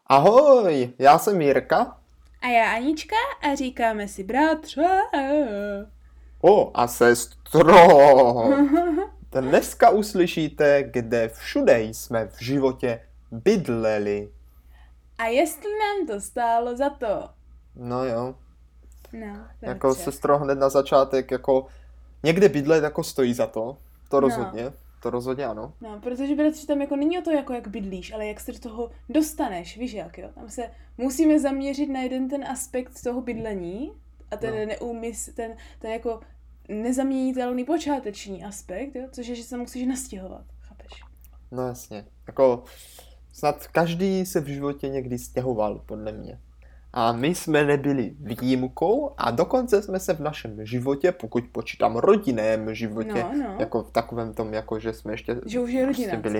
Ahoj, já jsem Jirka. A já Anička a říkáme si bratře. A sestro. Dneska uslyšíte, kde všude jsme v životě bydleli. A jestli nám to stálo za to. No jo. No, Jako sestro, hned na začátek, jako někde bydlet jako stojí za to. To rozhodně. No. To rozhodně ano. No, protože bratře, tam jako není o to, jako jak bydlíš, ale jak se do toho dostaneš, víš jak, jo? Tam se musíme zaměřit na jeden ten aspekt toho bydlení a ten ten jako nezaměnitelný počáteční aspekt, jo? Což je, že se musíš nastěhovat, chápeš? No jasně. Jako snad každý se v životě někdy stěhoval, podle mě. A my jsme nebyli výjimkou a dokonce jsme se v našem životě, pokud počítám rodinném životě, jako v takovém tom, jako že jsme ještě... Že už je rodina byli,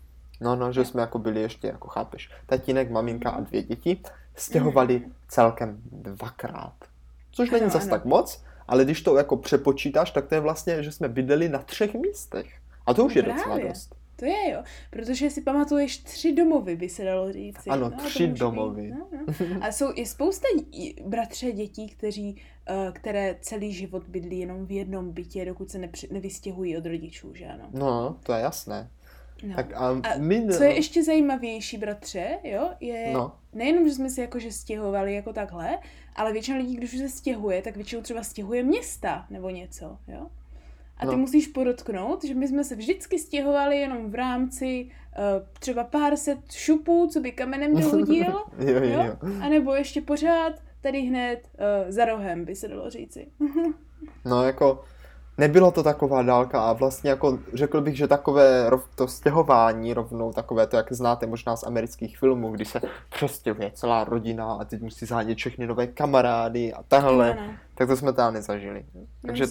že jsme jako byli ještě, jako chápeš, tatínek, maminka a 2 děti, stěhovali celkem 2krát. Což není zas tak moc, ale když to jako přepočítáš, tak to je vlastně, že jsme bydleli na 3 místech. A to už je docela dost. To je jo, protože si pamatuješ 3 domovy, by se dalo říct. Ano, 3 domovy. A je spousta bratře dětí, které celý život bydlí jenom v jednom bytě, dokud se nevystěhují od rodičů, že ano? No, to je jasné. No. Tak co je ještě zajímavější, bratře, jo, je nejenom, že jsme si jakože stěhovali jako takhle, ale většina lidí, když už se stěhuje, tak většinou třeba stěhuje města nebo něco, jo? A ty musíš podotknout, že my jsme se vždycky stěhovali jenom v rámci třeba pár set šupů, co by kamenem dohodil, jo. A nebo ještě pořád tady hned za rohem, by se dalo říci. No jako nebylo to taková dálka a vlastně jako řekl bych, že takové to stěhování rovnou takové to, jak znáte možná z amerických filmů, kdy se přestěhuje celá rodina a teď musí zhánět všechny nové kamarády a tahle, tak to jsme tam nezažili. Takže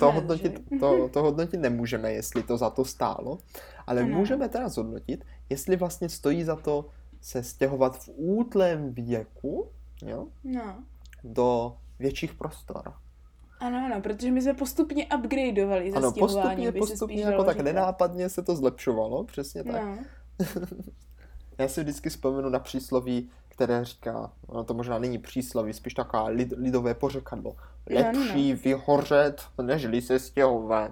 to hodnotit nemůžeme, jestli to za to stálo, ale můžeme teda zhodnotit, jestli vlastně stojí za to se stěhovat v útlém věku, jo? Do větších prostor. Ano, protože my jsme postupně upgradeovali ze stěhování. Postupně jako tak nenápadně se to zlepšovalo, přesně tak. No. Já si vždycky vzpomenu na přísloví, které říká, ono to možná není přísloví, spíš taková lidové pořekadlo. Lepší vyhořet, nežli se stěhovat.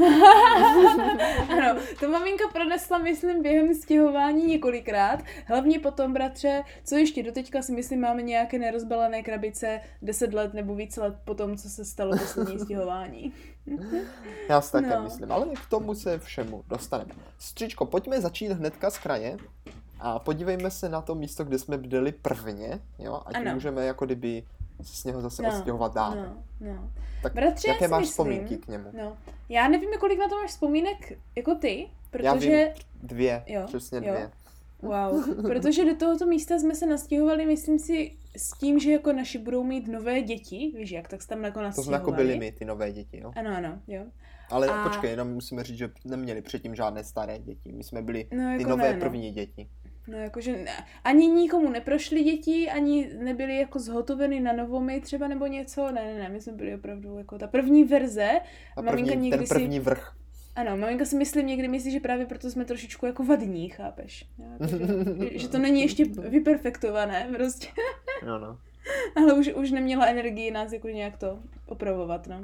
Ano, to maminka pronesla, myslím, během stěhování několikrát. Hlavně potom, bratře, co ještě doteďka si myslím, máme nějaké nerozbalené krabice 10 let nebo více let po tom, co se stalo poslední stěhování. Já si také myslím, ale k tomu se všemu dostaneme. Stříčko, pojďme začít hnedka z kraje a podívejme se na to místo, kde jsme bydleli prvně, jo? Ať můžeme jako kdyby se z něho zase odstěhovat dál. Tak bratře, jaké máš vzpomínky k němu? Já nevím, kolik na to máš vzpomínek jako ty, protože... Já vím 2, přesně 2. Wow, protože do tohoto místa jsme se nastěhovali, myslím si, s tím, že jako naši budou mít nové děti, víš jak, tak se tam jako nastěhovali. To jsme jako byli my, ty nové děti, jo? Ano, jo. Ale počkej, jenom musíme říct, že neměli předtím žádné staré děti, my jsme byli ty jako nové první děti. No jakože ani nikomu neprošly děti, ani nebyly jako zhotoveny na novomy třeba nebo něco, ne, my jsme byli opravdu jako ta první verze. A ten první vrch. Ano, maminka si někdy myslí, že právě proto jsme trošičku jako vadní, chápeš? Že to není ještě vyperfektované prostě. No. Ale už neměla energii nás jako nějak to opravovat, no.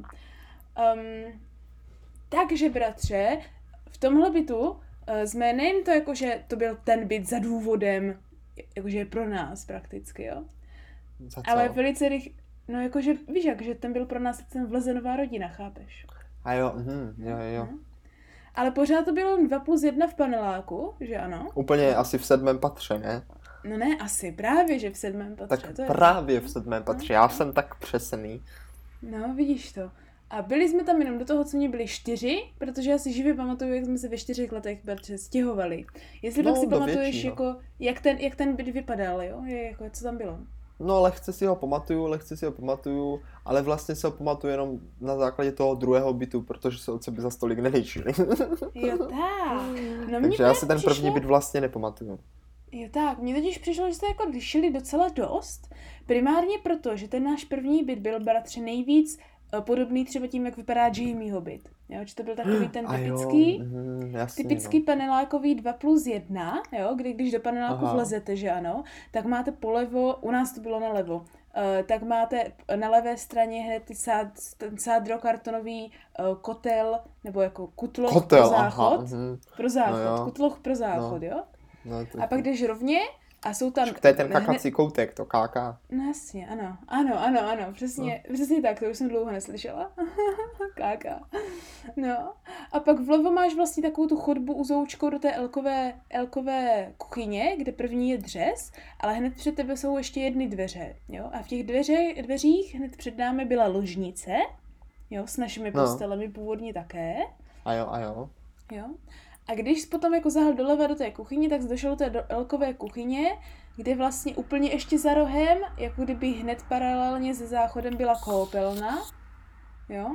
Takže bratře, v tomhle bytu jsme nejen to jako, že to byl ten byt za důvodem, jakože pro nás prakticky, jo? Ale velice no jakože, víš jak, že ten byl pro nás ten vlezenová rodina, chápeš? A jo. Ale pořád to bylo 2+1 v paneláku, že ano? Úplně asi v 7. patře, ne? No ne, asi, právě, že v 7. patře. Tak to je právě v 7. patře, já jsem tak přesný. No, vidíš to. A byli jsme tam jenom do toho, co mě byli 4, protože já si živě pamatuju, jak jsme se ve 4 letech stěhovali. Jestli pak si pamatuješ, jako, jak ten byt vypadal, jo? Jako, co tam bylo? No, lehce si ho pamatuju, ale vlastně se ho pamatuju jenom na základě toho druhého bytu, protože se od sebe za stolik neličili. Jo, tak. No, takže já si ten první byt vlastně nepamatuju. Jo, tak. Mně totiž přišlo, že se jako lišili docela dost. Primárně proto, že ten náš první byt byl, bratře, nejvíc podobný třeba tím, jak vypadá Jamieho byt. Jo, že to byl takový ten typický, jasný, typický panelákový 2+1, jo, když do paneláku vlezete, že ano, tak máte polevo, u nás to bylo nalevo, tak máte na levé straně hned ten sádrokartonový kotel, nebo jako kutloch pro záchod. Pro záchod, kutloch pro záchod, jo. No, a pak jdeš rovně a jsou tam... To je ten kakací koutek, to káka. No jasně, ano, přesně tak, to už jsem dlouho neslyšela. Káka. No, a pak vlevo máš vlastně takovou tu chodbu uzoučkou do té elkové kuchyně, kde první je dřez, ale hned před tebe jsou ještě jedny dveře, jo. A v těch dveřích hned před námi byla ložnice, jo, s našimi postelemi původně také. A jo. Jo. A když jsi potom jako zahal doleva do té kuchyně, tak jsi došel do té elkové kuchyně, kde vlastně úplně ještě za rohem, jako kdyby hned paralelně se záchodem byla koupelna, jo.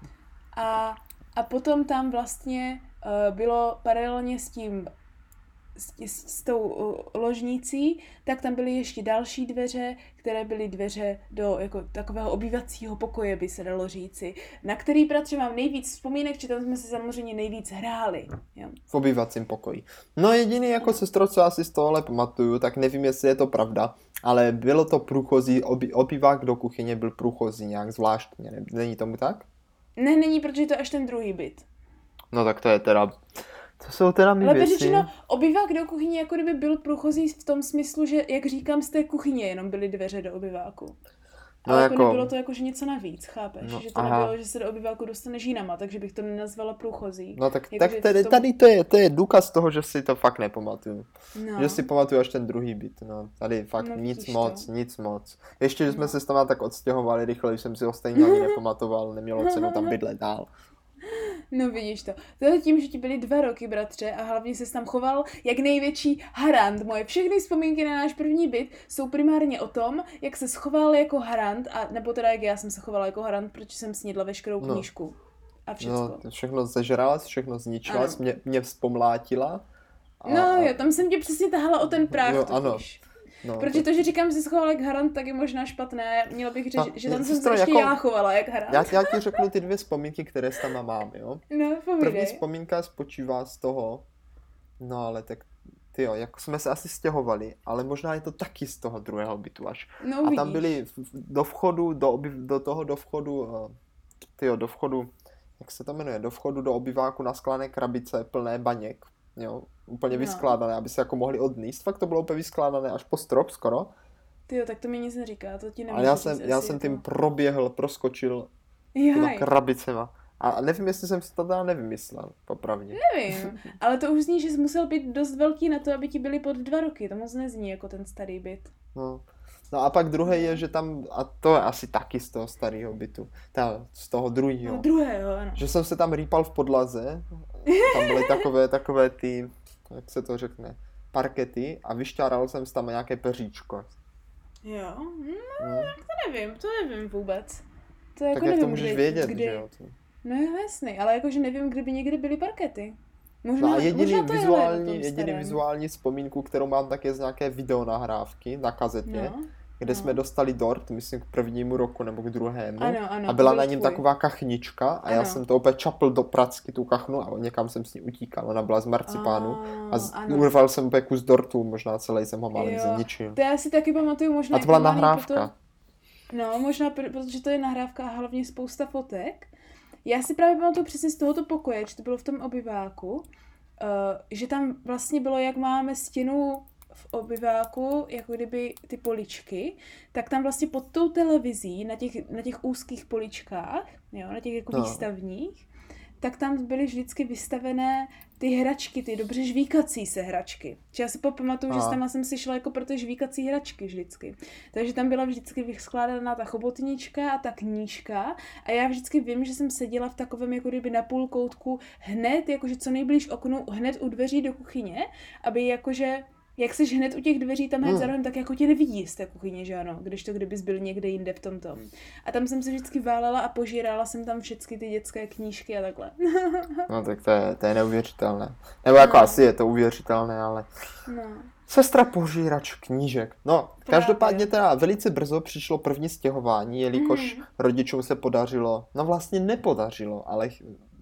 A potom tam vlastně bylo paralelně s tím, s tou ložnicí, tak tam byly ještě další dveře, které byly dveře do jako takového obývacího pokoje, by se dalo říci, na který bratře mám nejvíc vzpomínek, že tam jsme se samozřejmě nejvíc hráli. Jo. V obývacím pokoji. No jediný jako sestro, co asi z tohohle pamatuju, tak nevím, jestli je to pravda, ale bylo to průchozí, obývák do kuchyně byl průchozí nějak zvláštně, není tomu tak? Ne, není, protože je to až ten druhý byt. No tak to je teda... To jsou teda mi věci. Řečeno, obývák do kuchyně jako kdyby byl průchozí v tom smyslu, že, jak říkám, z té kuchyně jenom byly dveře do obýváku. No ale jako nebylo to jako, že něco navíc, chápeš? No, že to nebylo, že se do obýváku dostaneš jinama, takže bych to nenazvala průchozí. No tak, jako, tady to je důkaz toho, že si to fakt nepamatuju. No. Že si pamatuju až ten druhý byt, no. Tady fakt nic moc. Ještě, že jsme se tam tak odstěhovali rychle, když jsem si ho stejně ani nepamatoval, nemělo cenu tam bydlet dál. No vidíš to. To je tím, že ti byly 2 roky, bratře, a hlavně ses tam choval jak největší harant. Moje všechny vzpomínky na náš první byt jsou primárně o tom, jak se schoval jako harant, a nebo teda jak já jsem se chovala jako harant, protože jsem snědla veškerou knížku. A všecko. No, všechno zežrala, všechno zničila, mě vzpomlátila. No jo, tam jsem tě přesně tahala o ten práh, totiž. No, protože to, že říkám, že jsi schovala jak harant, tak je možná špatné. Měla bych říct, že tam jsem se ještě jako, já chovala jak harant. Já ti řeknu ty 2 vzpomínky, které s tam mám, jo? No, povídej. První vzpomínka spočívá z toho, no ale tak, tyjo, jako jsme se asi stěhovali, ale možná je to taky z toho druhého bytu až. No, a tam byli do vchodu, do vchodu, jak se to jmenuje, do vchodu do obýváku naskládané krabice plné baněk. Jo, úplně vyskládané, aby se jako mohli odníst. Fakt to bylo úplně vyskládané až po strop skoro. Tyjo, tak to mi nic neříká, to ti nemůžu. Ale já jsem tím proskočil těma krabicema. A nevím, jestli jsem si to teda nevymyslel, popravdě. Nevím, ale to už zní, že jsi musel být dost velký na to, aby ti byli pod 2 roky. To moc nezní jako ten starý byt. No a pak druhý je, že tam, a to je asi taky z toho starého bytu, z toho druhého. No druhého, ano. Že jsem se tam rýpal v podlaze, tam byly takové ty, jak se to řekne, parkety a vyšťáral jsem tam nějaké peříčko. Jo, to nevím vůbec. To jako tak jak to můžeš vědět, že jo? No je jasný, ale jakože nevím, kdyby někdy byly parkety. Možná, no a jediný vizuální vzpomínku, kterou mám, tak je z nějaké videonahrávky na kazetě, kde jsme dostali dort, myslím k 1. roku nebo k 2. Ano, a byla na něm taková kachnička a já jsem to opět čapl do pracky tu kachnu a někam jsem s ní utíkal, ona byla z marcipánu a urval jsem opět kus dortu, možná celý jsem ho málem zničil. To já si taky pamatuju, možná. A to byla nahrávka. No, možná, protože to je nahrávka a hlavně spousta fotek. Já si právě pamatuju přesně z tohoto pokoje, že to bylo v tom obyváku, že tam vlastně bylo, jak máme stěnu v obyváku, jako kdyby ty poličky, tak tam vlastně pod tou televizí, na těch úzkých poličkách, jo, na těch jako výstavních, tak tam byly vždycky vystavené ty hračky, ty dobře žvíkací se hračky. Já si pamatuju, že tam jsem si šla jako pro ty žvíkací hračky vždycky. Takže tam byla vždycky vyskládaná ta chobotnička a ta knížka a já vždycky vím, že jsem seděla v takovém jako kdyby na půl koutku hned, jakože co nejblíž oknu, hned u dveří do kuchyně, aby jakože jak jsi hned u těch dveří tam hned za rohem, tak jako tě nevidí z té kuchyně, že ano, když to kdybys byl někde jinde v tomtom. A tam jsem se vždycky válela a požírala jsem tam všechny ty dětské knížky a takhle. No tak to je neuvěřitelné. Nebo jako asi je to uvěřitelné, ale... Sestra požírač knížek. No, každopádně teda velice brzo přišlo první stěhování, jelikož rodičům se podařilo, no vlastně nepodařilo, ale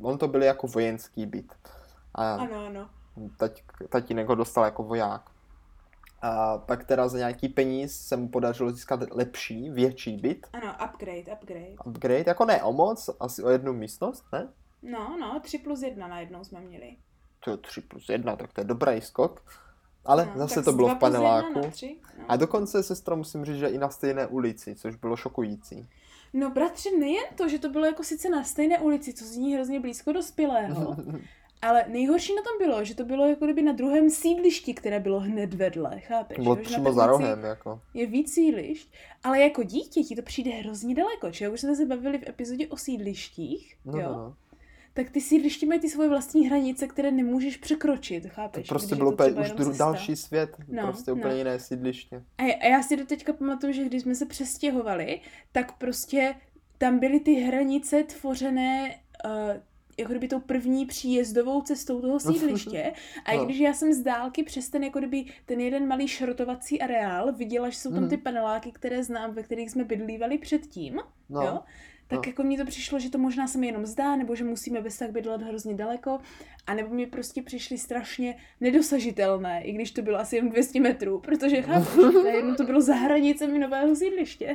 on to byl jako vojenský byt. A ano. Tatínek ho dostal jako voják. A pak teda za nějaký peníz se mu podařilo získat lepší, větší byt. Ano, upgrade. Upgrade, jako ne o moc, asi o jednu místnost, ne? No, 3+1 najednou jsme měli. To je 3+1, tak to je dobrý skok. Ale zase to bylo v paneláku. 3, no. A dokonce, sestro, musím říct, že i na stejné ulici, což bylo šokující. No bratře, nejen to, že to bylo jako sice na stejné ulici, co zní hrozně blízko dospělého, ale nejhorší na tom bylo, že to bylo jako kdyby na druhém sídlišti, které bylo hned vedle, chápeš? Bylo přímo za rohem, jako. Je víc sídlišť, ale jako dítě ti to přijde hrozně daleko, že? Už jsme se bavili v epizodě o sídlištích, jo? No. Tak ty sídliště mají ty svoje vlastní hranice, které nemůžeš překročit, chápeš? To prostě bylo už další svět, prostě úplně jiné sídliště. A já si doteďka pamatuju, že když jsme se přestěhovali, tak prostě tam byly ty hranice tvořené jako kdyby tou první příjezdovou cestou toho sídliště. A i když já jsem z dálky přes ten, jako kdyby ten jeden malý šrotovací areál viděla, že jsou tam ty paneláky, které znám, ve kterých jsme bydlívali předtím, jo? Tak jako mně to přišlo, že to možná se mi jenom zdá, nebo že musíme bez tak bydlet hrozně daleko, anebo mi prostě přišly strašně nedosažitelné, i když to bylo asi jen 200 metrů, protože chápu, najednou to bylo za hranicemi nového sídliště.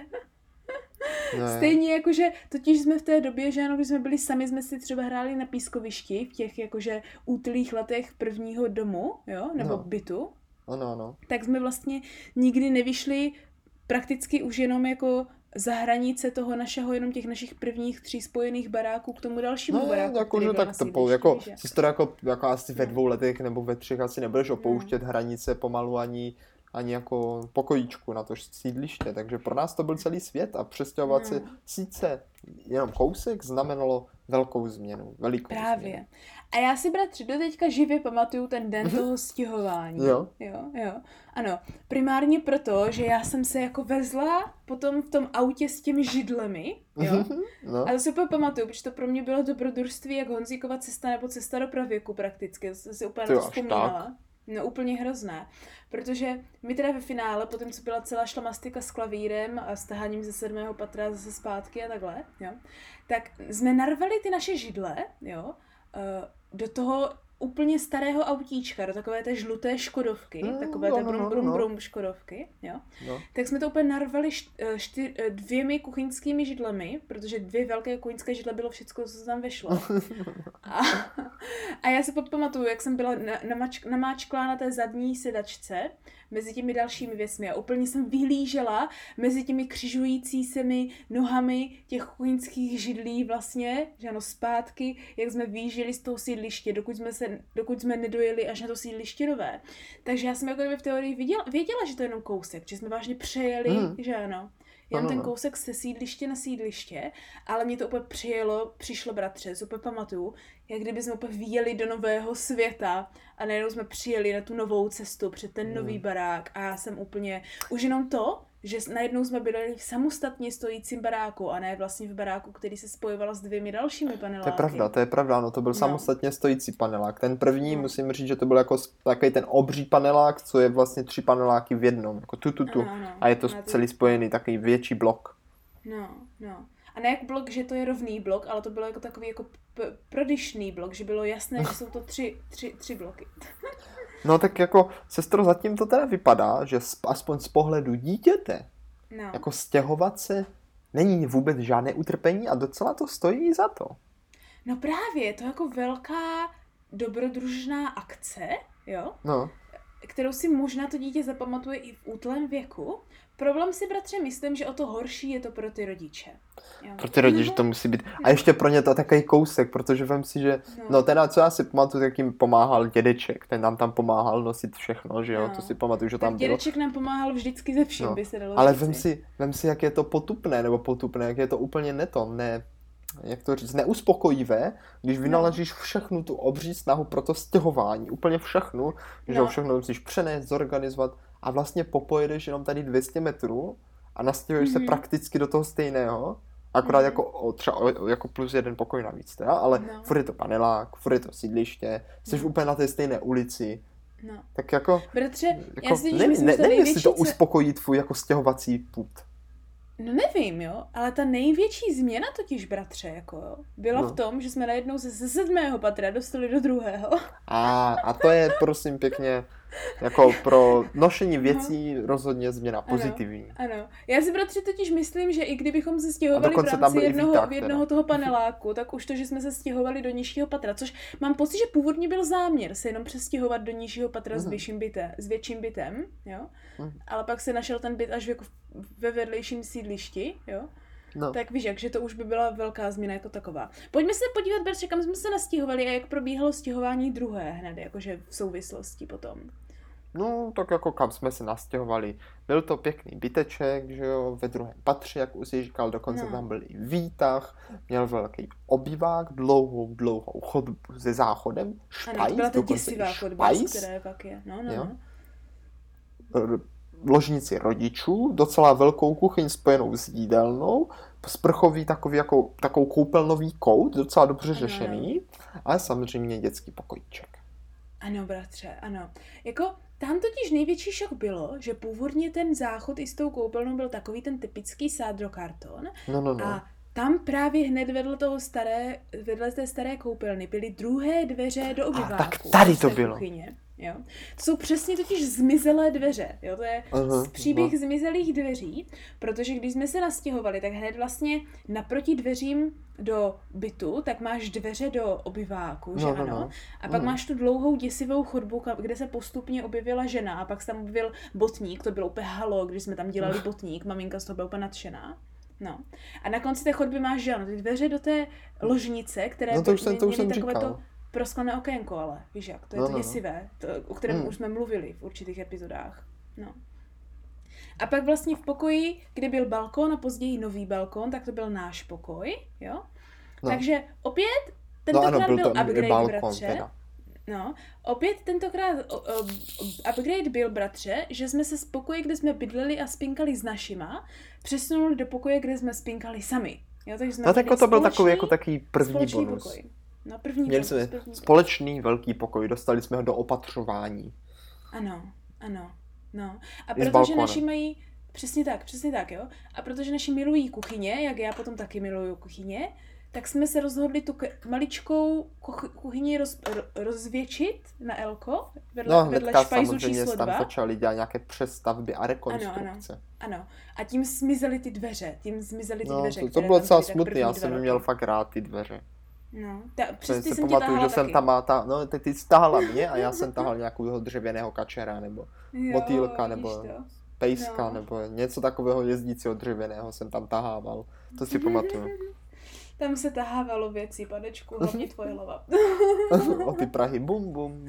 Stejně jakože, totiž jsme v té době, že ano, když jsme byli sami, jsme si třeba hráli na pískovišti v těch jakože útlých letech prvního domu, jo, nebo bytu. Ano. Tak jsme vlastně nikdy nevyšli prakticky už jenom jako za hranice toho našeho, jenom těch našich prvních 3 spojených baráků k tomu dalšímu baráku. Jakože tak to jako jako asi ve 2 letech nebo ve 3 asi nebudeš opouštět hranice pomalu ani jako pokojíčku na to sídliště, takže pro nás to byl celý svět a přestěhovat se sice jenom kousek znamenalo velkou změnu, velikou Právě. Změnu. A já si, bratři, doteďka živě pamatuju ten den toho stěhování. Jo. Ano, primárně proto, že já jsem se jako vezla potom v tom autě s těmi židlemi, jo. A to si úplně pamatuju, protože to pro mě bylo dobrodružství jak Honzíkova cesta nebo cesta do pravěku prakticky, to jsem si úplně na to vzpomínala. No úplně hrozné, protože my teda ve finále, potom co byla celá šlamastika s klavírem a s taháním ze 7. patra zase zpátky a takhle, jo, tak jsme narvali ty naše židle, jo, do toho úplně starého autíčka, do takové té žluté škodovky, takové té brum škodovky, jo. Tak jsme to úplně narvali 2 kuchyňskými židlemi, protože 2 velké kuchyňské židle bylo všecko, co tam vešlo. A já se pamatuju, jak jsem byla namáčklá na té zadní sedačce mezi těmi dalšími věcmi a úplně jsem vyhlížela mezi těmi křižující se mi nohami těch kuchyňských židlí vlastně, že ano, zpátky, jak jsme výžili z toho sídliště, dokud jsme nedojeli až na to sídliště nové. Takže já jsem jako v teorii věděla, že to je jenom kousek, že jsme vážně přejeli, že ano. Jenom ten kousek se sídliště na sídliště, ale mě to úplně přišlo bratře, co úplně pamatuju, jak kdyby jsme úplně vyjeli do nového světa a najednou jsme přijeli na tu novou cestu před ten nový barák a já jsem úplně, už jenom to, že najednou jsme byli v samostatně stojícím baráku a ne vlastně v baráku, který se spojoval s 2 dalšími paneláky. To je pravda, no to byl samostatně stojící panelák. Ten první, musím říct, že to byl jako takový ten obří panelák, co je vlastně 3 paneláky v jednom, jako tu. A je to celý spojený, takový větší blok. No. A ne jak blok, že to je rovný blok, ale to bylo jako takový jako prodyšný blok, že bylo jasné, že jsou to 3 bloky. No tak jako, sestro, zatím to teda vypadá, že aspoň z pohledu dítěte, jako stěhovat se není vůbec žádné utrpení a docela to stojí za to. No právě, je to jako velká dobrodružná akce, jo? No. Kterou si možná to dítě zapamatuje i v útlém věku. Problém si, bratře, myslím, že o to horší je to pro ty rodiče. Jo. Pro ty rodiče to musí být. A ještě pro ně to takový kousek, protože vem si, že no teda, co já si pamatuju, tak jim pomáhal dědeček, ten nám tam pomáhal nosit všechno, že jo, to si pamatuju, že tam tak dědeček nám pomáhal vždycky ze vším, by se dalo ale říci. vem si, jak je to potupné, jak je to úplně jak to říct, neuspokojivé, když vynaložíš všechnu tu obří snahu pro to stěhování, úplně všechno, že všechno musíš přenést, zorganizovat a vlastně popojedeš jenom tady 200 metrů a nastěhuješ se prakticky do toho stejného, akorát jako plus 1 pokoj navíc, teda, ale furt je to panelák, furt je to sídliště, jsi úplně na té stejné ulici. Tak jako, bratře, nevím, jestli to uspokojí tvůj jako stěhovací put. No nevím, jo, ale ta největší změna totiž, bratře, jako jo, byla v tom, že jsme najednou ze 7. patra dostali do 2. A to je, prosím pěkně, jako pro nošení věcí rozhodně změna pozitivní. Ano. Já si, bratře, totiž myslím, že i kdybychom se stěhovali v rámci jednoho toho paneláku, tak už to, že jsme se stěhovali do nižšího patra, což mám pocit, že původně byl záměr se jenom přestěhovat do nižšího patra s větším bytem, jo. Ale pak se našel ten byt až jako ve vedlejším sídlišti, jo. No. Tak víš, že to už by byla velká změna jako taková. Pojďme se podívat, bratře, kam jsme se nastěhovali a jak probíhalo stěhování druhé hned, jakože v souvislosti potom. No, tak jako kam jsme se nastěhovali. Byl to pěkný byteček, že jo, ve 2. patře, jak už jsi říkal, dokonce tam byl i výtah, měl velký obývák, dlouhou chodbu se záchodem, špajs, ano, to byla ta děsivá chodba, která pak je. No. Ložnici rodičů, docela velkou kuchyň spojenou s jídelnou, sprchový takovou koupelnový kout, docela dobře řešený, ale samozřejmě dětský pokojíček. Ano, bratře, ano. Jako, tam totiž největší šok bylo, že původně ten záchod i s tou koupelnou byl takový ten typický sádrokarton. No. A tam právě hned vedle té staré koupelny byly druhé dveře do obyváku. Tak tady to bylo. Kuchyně, jo. To jsou přesně totiž zmizelé dveře, jo. To je příběh zmizelých dveří, protože když jsme se nastěhovali, tak hned vlastně naproti dveřím do bytu, tak máš dveře do obyváku, že ano? A pak máš tu dlouhou děsivou chodbu, kde se postupně objevila žena a pak se tam objevil botník, to bylo úplně halo, když jsme tam dělali botník, maminka z toho byla úplně nadšená. No. A na konci té chodby máš, že ano, ty dveře do té ložnice, které měly takové to prosklené okénko, ale víš jak, to je to děsivé, o kterém už jsme mluvili v určitých epizodách. No. A pak vlastně v pokoji, kde byl balkon a později nový balkon, tak to byl náš pokoj, jo? No. Takže opět tentokrát byl upgrade, balkon, bratře. Teda. No, opět tentokrát upgrade byl, bratře, že jsme se z pokoje, kde jsme bydleli a spinkali s našima, přesunuli do pokoje, kde jsme spinkali sami. Jo, takže jsme to byl takový jako takový první bonus. Pokoj. No, první Měli jsme společný velký pokoj, dostali jsme ho do opatřování. Ano. No. A protože naši mají, přesně tak, jo. A protože naši milují kuchyně, jak já potom taky miluju kuchyně, tak jsme se rozhodli tu maličkou kuchyni rozvětšit na Elko, vedle špajzu číslo 2. Tam začali dělat nějaké přestavby a rekonstrukce. Ano. A tím zmizely ty dveře. To bylo docela smutné, já jsem měl fakt rád ty dveře. No, přes ty si jsem pamatuju, že jsem tam ty jsi tahala mě a já jsem tahal nějakého dřevěného kačera, nebo motýlka, nebo pejska, nebo něco takového jezdícího dřevěného jsem tam tahával. To si pamatuju. Tam se tahávalo věci, panečku, hlavně tvoje hlava. O ty prahy, bum.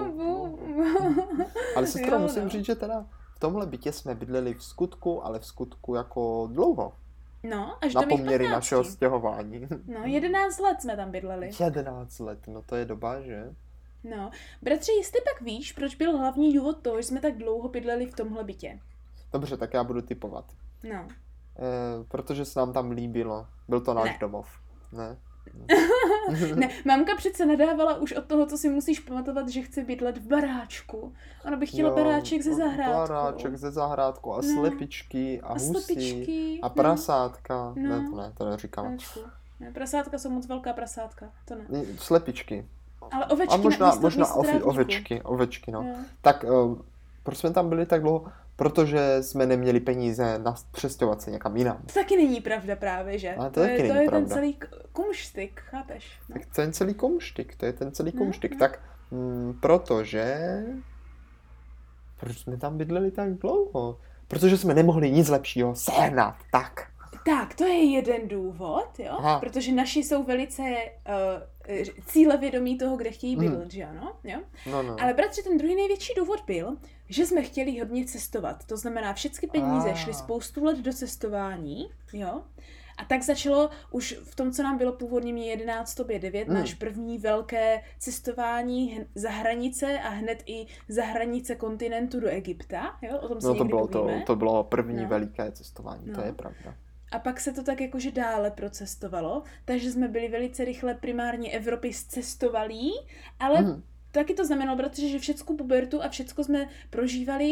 Ale sestro, musím říct, že teda v tomhle bytě jsme bydleli v skutku jako dlouho. No, až na do mých poměry našeho stěhování. No, 11 let jsme tam bydleli. 11 let, no to je doba, že? No, bratře, jestli pak víš, proč byl hlavní důvod toho, že jsme tak dlouho bydleli v tomhle bytě? Dobře, tak já budu tipovat. No. Protože se nám tam líbilo. Byl to náš domov. Ne? Ne, mamka přece nadávala už od toho, co si musíš pamatovat, že chce bydlet v baráčku. Ona by chtěla baráček ze zahrádkou. Baráček ze zahrádkou a slepičky a husy a prasátka. Ne, to neříkala. Ne, prasátka jsou moc velká prasátka, to ne. Slepičky. Ale ovečky. A možná ovečky, no. Tak proč jsme tam byli tak dlouho? Protože jsme neměli peníze na přestěhovat se někam jinam. To taky není pravda právě, že? To je ten celý kumštyk, chápeš? No. Tak to je ten celý kumštyk. Tak protože... Proč jsme tam bydleli tak dlouho? Protože jsme nemohli nic lepšího sehnat, tak. Tak, to je jeden důvod, jo? Aha. Protože naši jsou velice cílevědomí toho, kde chtějí bydlet, že ano? Jo? No. Ale bratře, ten druhý největší důvod byl, že jsme chtěli hodně cestovat. To znamená, všechny peníze šly spoustu let do cestování, jo? A tak začalo už v tom, co nám bylo původně mě 11, tobě 9, náš první velké cestování za hranice a hned i za hranice kontinentu do Egypta, jo? O tom si někdy povíme. To bylo první veliké cestování, to je pravda. A pak se to tak jakože dále procestovalo, takže jsme byli velice rychle primárně Evropy zcestovalí, ale taky to znamenalo, protože že všecku pubertu a všecko jsme prožívali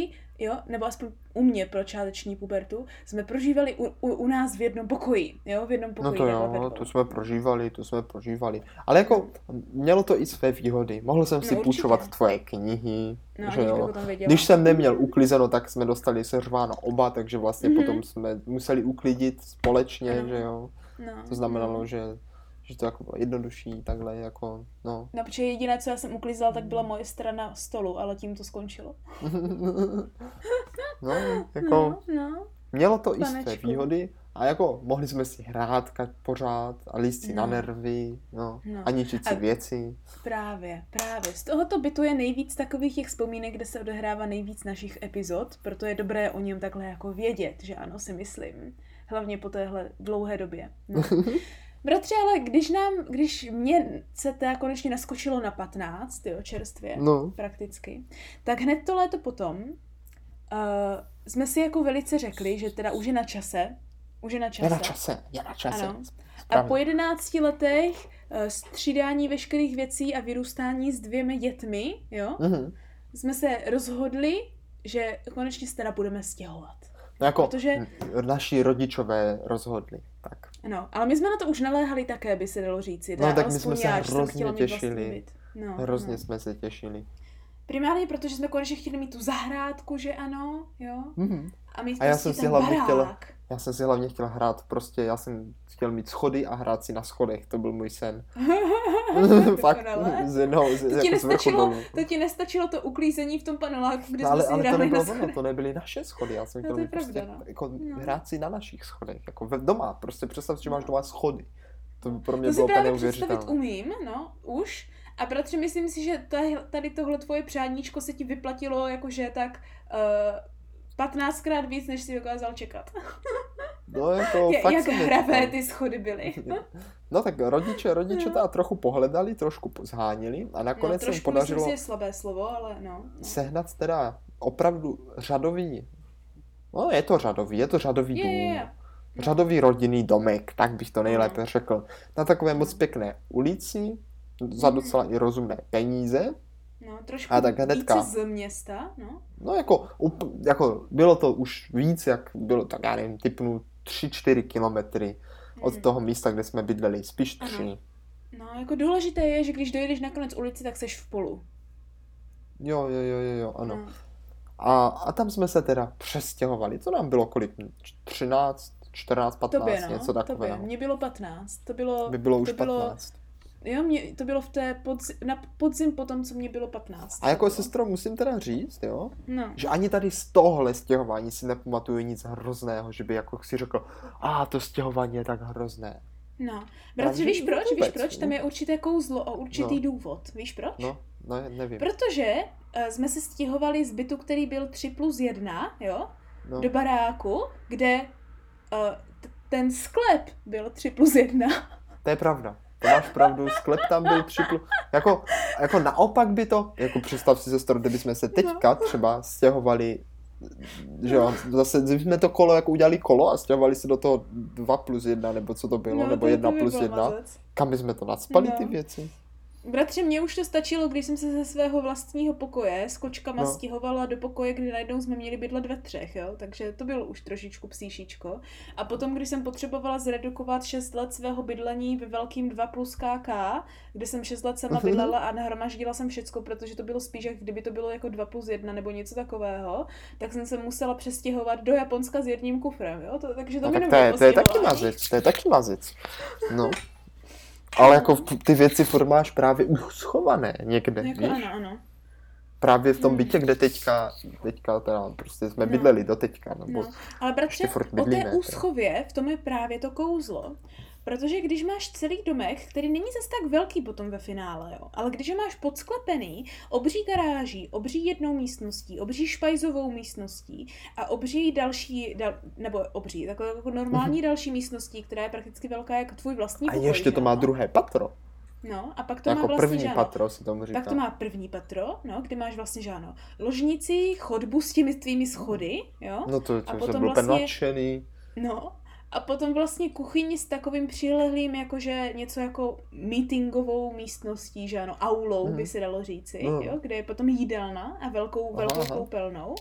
jo, nebo aspoň u mě počáteční pubertu, jsme prožívali u nás v jednom pokoji, jo, v jednom pokoji. No to jo, to jsme prožívali. Ale jako mělo to i své výhody. Mohl jsem si půjčovat tvoje knihy, že jo. Když jsem neměl uklizeno, tak jsme dostali seřváno oba, takže vlastně potom jsme museli uklidit společně, že jo. To znamenalo, že to jako bylo jednodušší, takhle jako, no. No, protože jediné, co já jsem uklízela, tak byla moje strana stolu, ale tím to skončilo. No, jako, mělo to i své výhody a jako mohli jsme si hrát pořád a líst si na nervy, a ničit si věci. Právě. Z tohoto bytu je nejvíc takových těch vzpomínek, kde se odehrává nejvíc našich epizod, proto je dobré o něm takhle jako vědět, že ano, si myslím. Hlavně po téhle dlouhé době. No. Bratře, ale když mě se teda konečně naskočilo na 15, jo, čerstvě, prakticky, tak hned to léto potom jsme si jako velice řekli, že teda už je na čase. Je na čase. Ano. A po 11 letech střídání veškerých věcí a vyrůstání s 2 dětmi, jo, jsme se rozhodli, že konečně se teda budeme stěhovat. No jako naši rodičové rozhodli, tak. No, ale my jsme na to už naléhali také, by se dalo říci. No tak my jsme se hrozně těšili. Hrozně jsme se těšili. Primárně, protože jsme konečně chtěli mít tu zahrádku, že ano, jo? A mít já jsem si hlavně chtěl hrát, prostě já jsem chtěl mít schody a hrát si na schodech, to byl můj sen. Fakt, to ti nestačilo to uklízení v tom paneláku, kde jsme si hráli na schodech. To nebyly naše schody, já jsem chtěl mít prostě hrát si na našich schodech, jako doma, prostě představ si, že máš doma schody. To pro mě bylo úplně neuvěřitelné. To si právě představit umím, už. A bratře, myslím si, že tady tohle tvoje přáníčko se ti vyplatilo jakože tak 15krát víc, než si dokázal čekat. No jako fakt jak hravé ty schody byly. No tak rodiče teda trochu pohledali, trošku zhánili a nakonec se podařilo... Myslím si, je slabé slovo, ale sehnat teda opravdu řadový... No je to řadový dům. Řadový rodinný domek, tak bych to nejlépe řekl. Na takové moc pěkné ulici, za docela i rozumné peníze. No, trošku více z města, no. No jako bylo to už víc, jak bylo, tak já nevím, typnu 3-4 kilometry od toho místa, kde jsme bydleli, spíš 3. No, jako důležité je, že když dojedeš na konec ulici, tak seš v polu. Jo, ano. No. A tam jsme se teda přestěhovali, to nám bylo kolik? 13, 14, 15, něco takového. Mně bylo 15, By bylo už 15. Jo, to bylo na podzim potom, co mě bylo 15. A jako sestro, musím teda říct, jo, že ani tady z tohle stěhování si nepamatuju nic hrozného, že by jako si řekl, to stěhování je tak hrozné. No, bratře, víš proč? Tam je určité kouzlo a určitý důvod. Víš proč? No, nevím. Protože jsme se stěhovali z bytu, který byl 3+1, jo, do baráku, kde ten sklep byl 3+1. To je pravda. To máš pravdu, sklep tam byl 3+... Jako naopak by to... Jako představ si, sestro, kdybychom se teďka třeba stěhovali... Že jo, zase jsme to kolo, jako udělali kolo a stěhovali se do toho 2+1, nebo co to bylo, nebo 1+1. Kam bychom to nacpali, ty věci? Bratře, mně už to stačilo, když jsem se ze svého vlastního pokoje s kočkama stěhovala do pokoje, kdy najednou jsme měli bydlet ve 3, jo, takže to bylo už trošičku psíšičko. A potom, když jsem potřebovala zredukovat 6 let svého bydlení ve velkým 2+KK, kde jsem 6 let sama bydlela a nahromaždila jsem všecko, protože to bylo spíš, jak kdyby to bylo jako 2+1 nebo něco takového, tak jsem se musela přestěhovat do Japonska s jedním kufrem, jo, takže to mi nebylo to je taky mazec, no. Ale jako ty věci furt máš právě už schované někde, jako víš? Ano. Právě v tom bytě, kde teďka teda prostě jsme bydleli do teďka. Ale bratře, o té úschově, v tom je právě to kouzlo. Protože když máš celý domek, který není zase tak velký potom ve finále, jo, ale když ho máš podsklepený, obří garáží, obří jednou místností, obří špajzovou místností a obří takové jako normální další místností, která je prakticky velká jako tvůj vlastní pokoj. A ještě to má druhé patro. No, a pak to jako má vlastně první patro se tomu říká. Pak to má první patro, kde máš vlastně žáno ložnici, chodbu s těmi tvými schody, jo. No to jsem byl vlastně nadšený. No. A potom vlastně kuchyni s takovým přilehlým, jakože něco jako meetingovou místností, že ano, aulou by se dalo říci, jo, kde je potom jídelna a velkou koupelnou,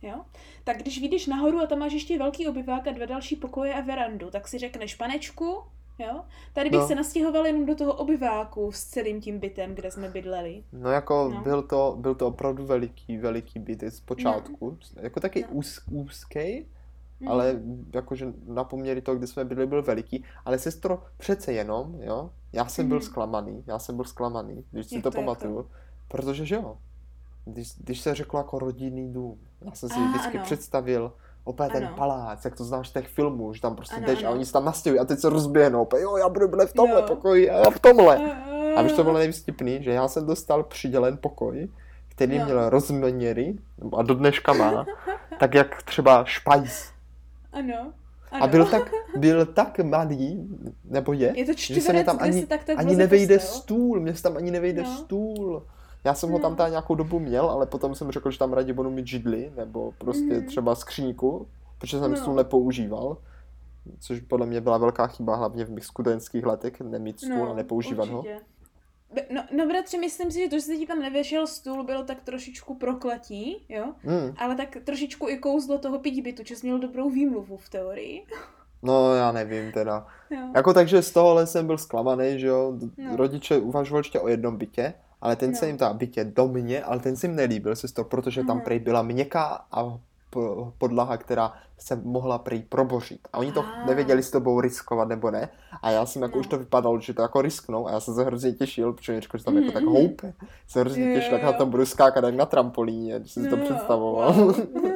jo, tak když vyjdeš nahoru a tam máš ještě velký obyvák a 2 další pokoje a verandu, tak si řekneš, panečku, jo, tady bych se nastěhoval jenom do toho obyváku s celým tím bytem, kde jsme bydleli. No jako byl to opravdu veliký byt z počátku, jako taky úzký, ale jakože na poměry toho, kde jsme byli, byl veliký, ale sestro, přece jenom, jo, já jsem byl zklamaný, když si to pamatuju, protože že jo, když se řeklo jako rodinný dům, já jsem si vždycky představil opět ten palác, jak to znáš z těch filmů, že tam prostě jdeš a oni se tam nastěhují a teď se rozběhnou, jo, já budu byle v tomhle pokoji a já v tomhle. A víš, to bylo nejvtipný, že já jsem dostal přidělen pokoj, který měl rozměry, a do dneška má, tak jak třeba špajs. Ano. A byl tak malý, nebo je to že se mi tam ani nevejde stůl, mě se tam ani nevejde stůl. Já jsem ho tam nějakou dobu měl, ale potom jsem řekl, že tam raději budu mít židli, nebo prostě třeba skříňku, protože jsem stůl nepoužíval, což podle mě byla velká chyba, hlavně v mých studentských letech, nemít stůl a nepoužívat určitě. ho. No bratře, myslím si, že to, že se ti tam nevěšel stůl, bylo tak trošičku prokletí, jo? Ale tak trošičku i kouzlo toho bytu, že jsi měl dobrou výmluvu v teorii. No, já nevím teda. Jako takže z tohohle jsem byl zklamaný, že jo, rodiče uvažovali ještě o jednom bytě, ale ten se jim ta bytě do mě, ale ten se jim nelíbil, sestro, protože tam prej byla měkká a podlaha, která se mohla prej probořit. A oni to nevěděli, jestli to budou riskovat nebo ne. A já jsem jako už to vypadalo, že to jako risknou a já jsem se hrozně těšil, protože řekl, že tam jako tak houpe. Jsem hrozně těšil, jak na tom budu skákat jak na trampolíně, když jsem si to představoval. Wow.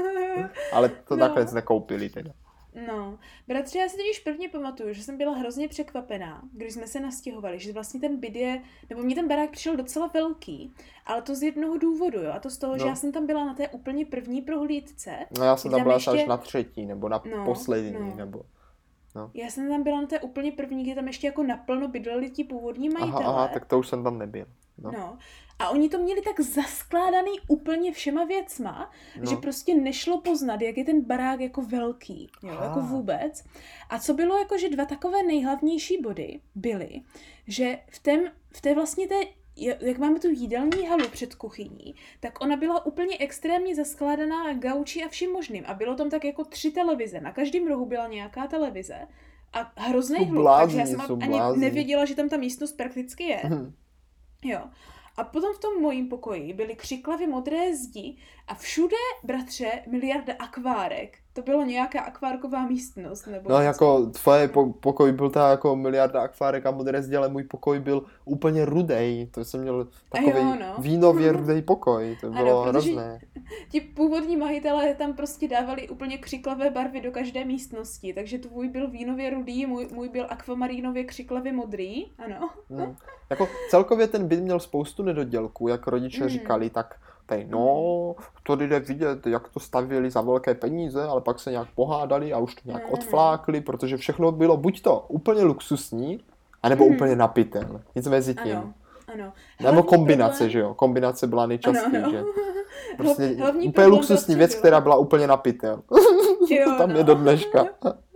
Ale to nakonec nekoupili teda. No, bratře, já si totiž prvně pamatuju, že jsem byla hrozně překvapená, když jsme se nastěhovali, že vlastně ten byt nebo mě ten barák přišel docela velký, ale to z jednoho důvodu, jo, a to z toho, že já jsem tam byla na té úplně první prohlídce. No já jsem tam byla až na třetí, nebo na poslední, nebo... No. Já jsem tam byla na té úplně první, kde tam ještě jako naplno bydleli ti původní majitelé. Aha, tak to už jsem tam nebyl. No. A oni to měli tak zaskládaný úplně všema věcma, že prostě nešlo poznat, jak je ten barák jako velký, jo, jako vůbec. A co bylo jako, že 2 takové nejhlavnější body byly, že v té vlastně té, jak máme tu jídelní halu před kuchyní, tak ona byla úplně extrémně zaskládaná gauči a vším možným. A bylo tam tak jako 3 televize, na každém rohu byla nějaká televize. A hrozný hluk, takže já jsem ani nevěděla, že tam ta místnost prakticky je. Jo. A potom v tom mojím pokoji byly křiklavě modré zdi a všude, bratře, miliarda akvárek. To bylo nějaká akvárková místnost, nebo... No jako tvoje pokoj byl ta jako miliarda akvárek a modré zdi, ale můj pokoj byl úplně rudej. To jsem měl takový vínově rudej pokoj. To bylo hrozné. Ti původní majitelé tam prostě dávali úplně křiklavé barvy do každé místnosti, takže tvůj byl vínově rudý, můj byl akvamarínově křiklavě modrý, ano. Jako celkově ten byt měl spoustu nedodělků, jak rodiče říkali, tak to jde vidět, jak to stavěli za velké peníze, ale pak se nějak pohádali a už to nějak odflákli, protože všechno bylo buď to úplně luxusní, anebo úplně napitel. Nic mezi tím. Ano. Nebo kombinace, že jo? Kombinace byla nejčastěji, že? Prostě úplně luxusní věc, která byla úplně napitel. To tam je do dneška.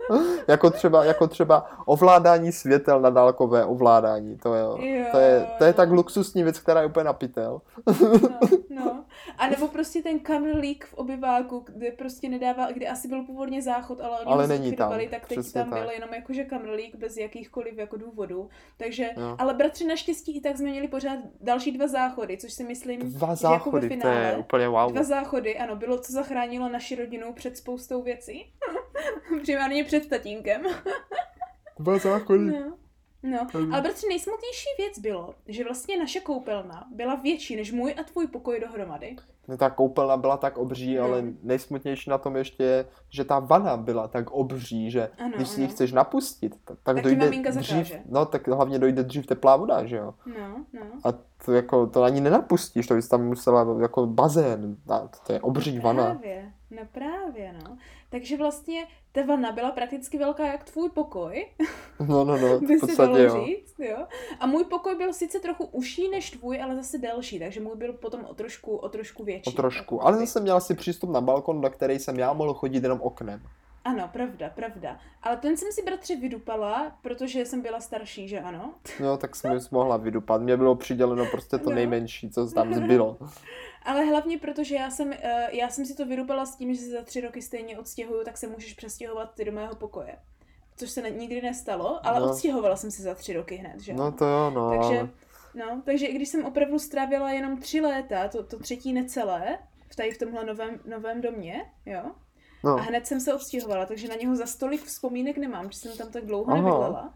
Jako třeba ovládání světel na dálkové ovládání. To je tak luxusní věc, která je úplně napitel. No. A nebo prostě ten kamrlík v obyváku, kde prostě kde asi byl původně záchod, ale oni ho zlikvidovali, tak teď tam byl jenom jakože kamrlík bez jakýchkoliv jako důvodů. Takže, ale bratři, naštěstí i tak jsme měli pořád další 2 záchody, což si myslím, 2 záchody, jako ve finále, to je úplně wow. 2 záchody, ano, bylo, co zachránilo naši rodinu před spoustou věcí. Primárně před tatínkem. 2 záchody. No, ale bratře, nejsmutnější věc bylo, že vlastně naše koupelna byla větší než můj a tvůj pokoj dohromady. No, ta koupelna byla tak obří, ale nejsmutnější na tom ještě je, že ta vana byla tak obří, že když si ji chceš napustit, tak dojde dřív, tak hlavně dojde dřív teplá voda, že jo? No. A to ani nenapustíš, to bys tam musela jako bazén, to je obří vana. Právě. Takže vlastně ta vana byla prakticky velká jak tvůj pokoj. No, v podstatě říct, jo. A můj pokoj byl sice trochu užší než tvůj, ale zase delší, takže můj byl potom o trošku větší. Ale zase měla si přístup na balkon, do který jsem já mohl chodit jenom oknem. Ano, pravda. Ale ten jsem si, bratře, vydupala, protože jsem byla starší, že ano? No, tak jsem jsi mohla vydupat. Mně bylo přiděleno prostě to nejmenší, co tam zbylo. Ale hlavně protože já jsem si to vydupala s tím, že se za 3 roky stejně odstěhuju, tak se můžeš přestěhovat ty do mého pokoje. Což se nikdy nestalo, ale odstěhovala jsem se za 3 roky hned, že? No to jo, no. Takže i když jsem opravdu strávila jenom 3 léta, to 3. necelé, v tomhle novém domě, jo? No. A hned jsem se odstěhovala, takže na něho za stolik vzpomínek nemám, že jsem tam tak dlouho nebydlela.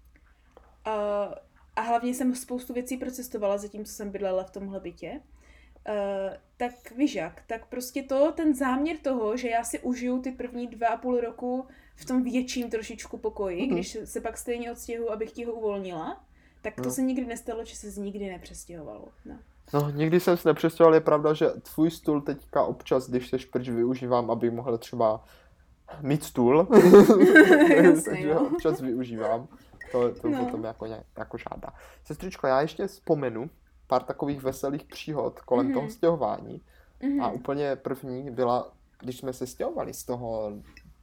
A hlavně jsem spoustu věcí procestovala, zatímco jsem bydlela v tomhle bytě. Tak víš jak, tak prostě ten záměr toho, že já si užiju ty první 2,5 roku v tom větším trošičku pokoji, když se pak stejně odstěhuju, abych ti ho uvolnila, tak to se nikdy nestalo, že se nikdy nepřestěhovalo. No, nikdy jsem se nepřestěhoval, je pravda, že tvůj stůl teďka občas, když seš pryč, využívám, abych mohl třeba mít stůl. Takže občas využívám. To potom jako žádá. Sestřičko, já ještě vzpomenu pár takových veselých příhod kolem toho stěhování. A úplně první byla, když jsme se stěhovali z toho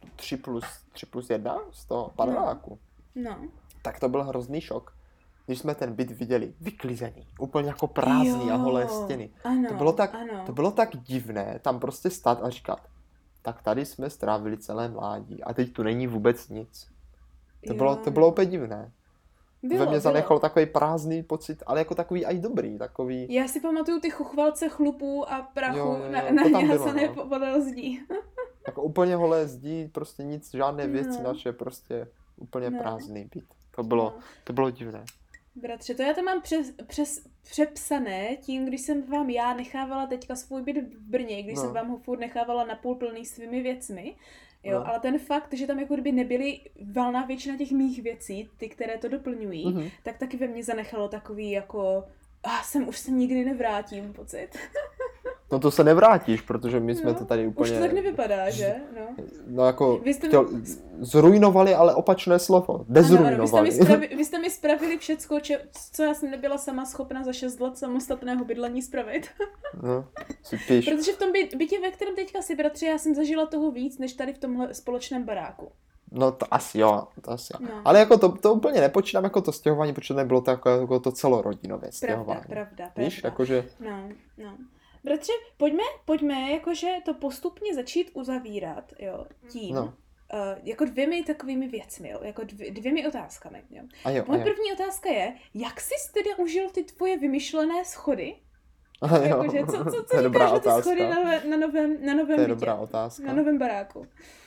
3+1, z toho paneláku. Tak to byl hrozný šok. Když jsme ten byt viděli vyklizený, úplně jako prázdný a holé stěny. Ano, to bylo tak divné tam prostě stát a říkat, tak tady jsme strávili celé mládí a teď tu není vůbec nic. To bylo úplně divné. Ve mně zanechalo takový prázdný pocit, ale jako takový aj dobrý, takový... Já si pamatuju ty chuchvalce chlupů a prachu na něhasané podél zdí. Jako úplně holé zdí, prostě nic, žádné věci naše, prostě úplně prázdný byt. To bylo divné. Bratře, to já to mám přepsané tím, když jsem vám já nechávala teďka svůj byt v Brně, když jsem vám ho furt nechávala napůl plný svými věcmi, jo, ale ten fakt, že tam jako kdyby nebyly valná většina těch mých věcí, ty, které to doplňují, tak taky ve mně zanechalo takový jako, už se nikdy nevrátím pocit. No to se nevrátíš, protože my jsme to tady úplně... Už to tak nevypadá, že? No jako zrujnovali, ale opačné slovo. Dezrujnovali. Vy jste mi spravili všecko, co já jsem nebyla sama schopna za 6 let samostatného bydlení spravit. No, si píš. Protože v tom bytě, ve kterém teďka si, bratře, já jsem zažila toho víc, než tady v tomhle společném baráku. No to asi jo. No. Ale jako to úplně nepočítám jako to stěhování, protože nebylo to jako to celorodinové stěhování. Pravda. Víš, jakože... No. Bratře, pojďme jakože to postupně začít uzavírat, jo, tím, jako 2 takovými věcmi, jo, jako 2 otázkami, jo. Moje první otázka je, jak jsi tedy užil ty tvoje vymyšlené schody? Jakože, co říkáš na ty schody na novém bytě? To je dobrá otázka. Na novém baráku.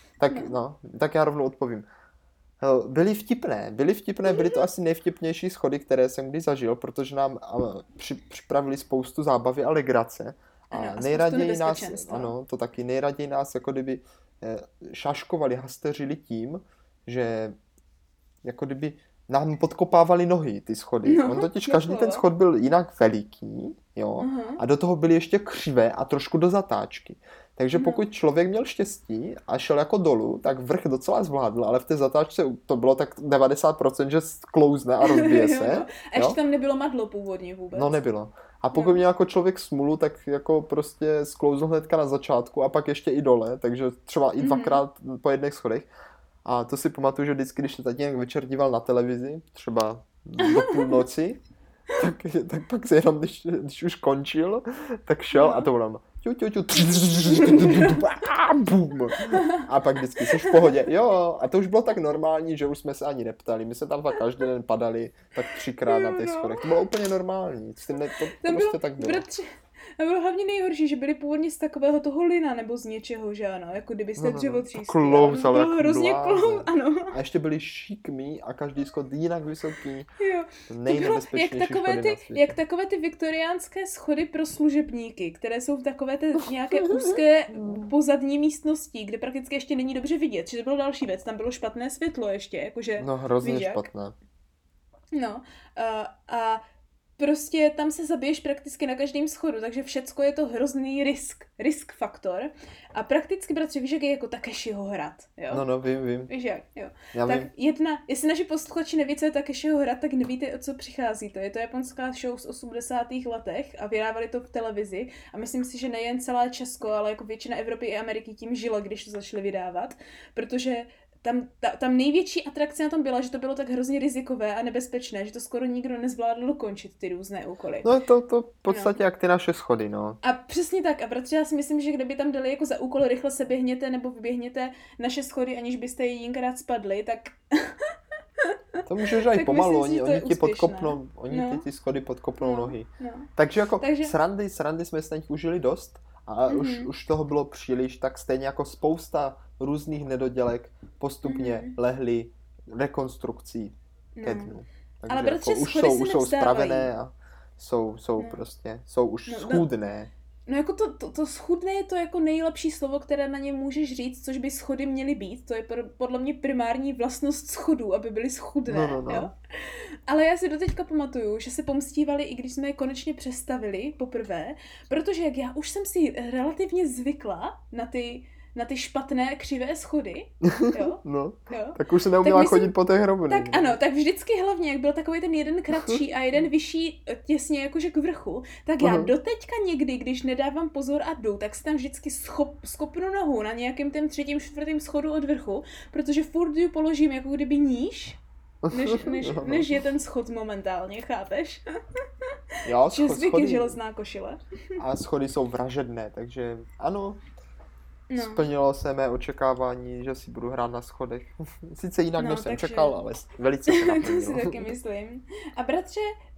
Tak já rovnou odpovím. Byly vtipné, byly to asi nejvtipnější schody, které jsem kdy zažil, protože nám připravili spoustu zábavy a legrace. A nejraději nás jako kdyby šaškovali, hasteřili tím, že jako kdyby nám podkopávali nohy, ty schody. On totiž každý ten schod byl jinak veliký, jo, a do toho byly ještě křivé a trošku do zatáčky. Takže pokud člověk měl štěstí a šel jako dolů, tak vrch docela zvládl, ale v té zatáčce to bylo tak 90%, že sklouzne a rozbije se. A ještě tam nebylo madlo původně vůbec. No nebylo. A pokud měl jako člověk smůlu, tak jako prostě sklouzl hnedka na začátku a pak ještě i dole, takže třeba i 2krát po jedných schodech. A to si pamatuju, že vždycky, když se tatínek večer díval na televizi, třeba do půlnoci, tak pak se jenom, když už končil, tak šel a to bylo a pak vždycky jsi v pohodě. Jo, a to už bylo tak normální, že už jsme se ani neptali. My se tam fakt každý den padali tak 3krát na těch schodech. To bylo úplně normální. To prostě tak bylo. A bylo hlavně nejhorší, že byli původně z takového toho lina nebo z něčeho, že ano, jako kdybyste dřevotřískli. Klouz, ale bylo hrozně klouz, ano. A ještě byli šikmí a každý schod jinak vysoký. Jo. Nejnebezpečnější schody na světě. Jak takové ty viktoriánské schody pro služebníky, které jsou v takové té nějaké úzké pozadní místnosti, kde prakticky ještě není dobře vidět. Že to bylo další věc, tam bylo špatné světlo ještě, jakože... No hrozně špatné. No, a prostě tam se zabiješ prakticky na každém schodu, takže všecko je to hrozný risk faktor. A prakticky, bratře, víš, jak je jako Takeshiho hrad, jo? No, vím. Víš jak, jo. Já tak vím. jestli naši posluchači neví, co je Takeshiho hrad, tak nevíte, o co přichází. To je to japonská show z 80. letech a vydávali to v televizi a myslím si, že nejen celé Česko, ale jako většina Evropy i Ameriky tím žila, když to začali vydávat, protože tam největší atrakce na tom byla, že to bylo tak hrozně rizikové a nebezpečné, že to skoro nikdo nezvládl dokončit, ty různé úkoly. No to v podstatě jak ty naše schody, no. A přesně tak. A bratře, já si myslím, že kdyby tam dali jako za úkol rychle se běhněte nebo vyběhněte naše schody, aniž byste jedinkrát spadli, tak... To můžeš aj pomalu, oni ti podkopnou, ty schody podkopnou nohy. No. Takže jako srandy jsme snad užili dost a už toho bylo příliš, tak stejně jako spousta různých nedodělek postupně lehly rekonstrukcí ke dnu. Takže ale bratře, jako už jsou spravené a jsou už schůdné. No jako to schudné je to jako nejlepší slovo, které na ně můžeš říct, což by schody měly být. To je podle mě primární vlastnost schodů, aby byly schudné. No. Jo? Ale já si doteďka pamatuju, že se pomstívali, i když jsme je konečně přestavili poprvé, protože jak já už jsem si relativně zvykla na ty špatné, křivé schody, jo? No, tak už se neuměla chodit po té rovné. Tak ano, tak vždycky hlavně, jak byl takový ten jeden kratší a jeden vyšší těsně jakože k vrchu, tak já doteďka někdy, když nedávám pozor a jdu, tak si tam vždycky skopnu nohu na nějakém tém 3., 4. schodu od vrchu, protože furt ju položím jako kdyby níž, než je ten schod momentálně, chápeš? Jo, schody. Železná košile. A schody jsou vražedné, takže ano. No. Splnilo se mé očekávání, že si budu hrát na schodech. Sice jinak, než jsem čekal, ale velice se naplnilo. To si taky myslím. A bratře,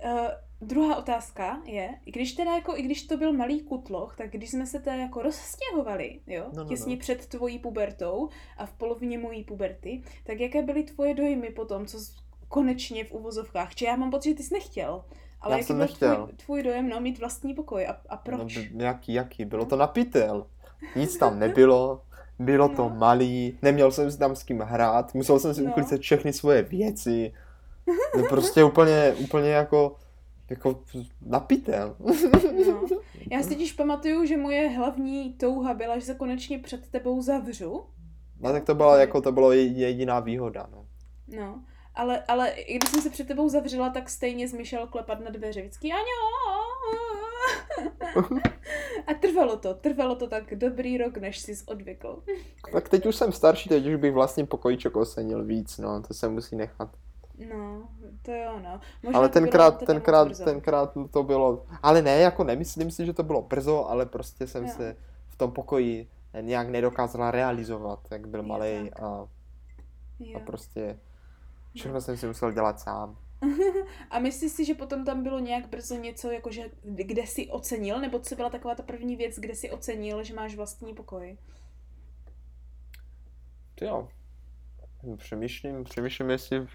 druhá otázka je, i když to byl malý kutloch, tak když jsme se teda jako rozstěhovali, jo, těsně před tvojí pubertou a v polovině mojí puberty, tak jaké byly tvoje dojmy potom, co konečně v uvozovkách? Či já mám pocit, že ty jsi nechtěl. Ale jaký byl tvůj dojem, mít vlastní pokoj a proč? No, jaký? Bylo to na pytel. Nic tam nebylo, bylo to malý, neměl jsem si tam s kým hrát, musel jsem si uklízet všechny svoje věci. No prostě úplně jako na pytel. No. Já si totiž pamatuju, že moje hlavní touha byla, že se konečně před tebou zavřu. No tak to bylo jediná výhoda, no. No, ale i když jsem se před tebou zavřela, tak stejně jsi mi šel klepat na dveře vždycky. Aňo! A trvalo to tak dobrý rok, než jsi odvykl. Tak teď už jsem starší, teď už bych vlastně pokojíček ocenil víc, no, to se musí nechat. No, to jo, no. Možná ale tenkrát to bylo, ale ne, jako nemyslím si, že to bylo brzo, ale prostě jsem se v tom pokoji nějak nedokázala realizovat, jak byl malej a prostě všechno jsem si musel dělat sám. A myslíš si, že potom tam bylo nějak brzo něco, jakože kde jsi ocenil, nebo co byla taková ta první věc, kde jsi ocenil, že máš vlastní pokoj? Jo. Přemýšlím, jestli...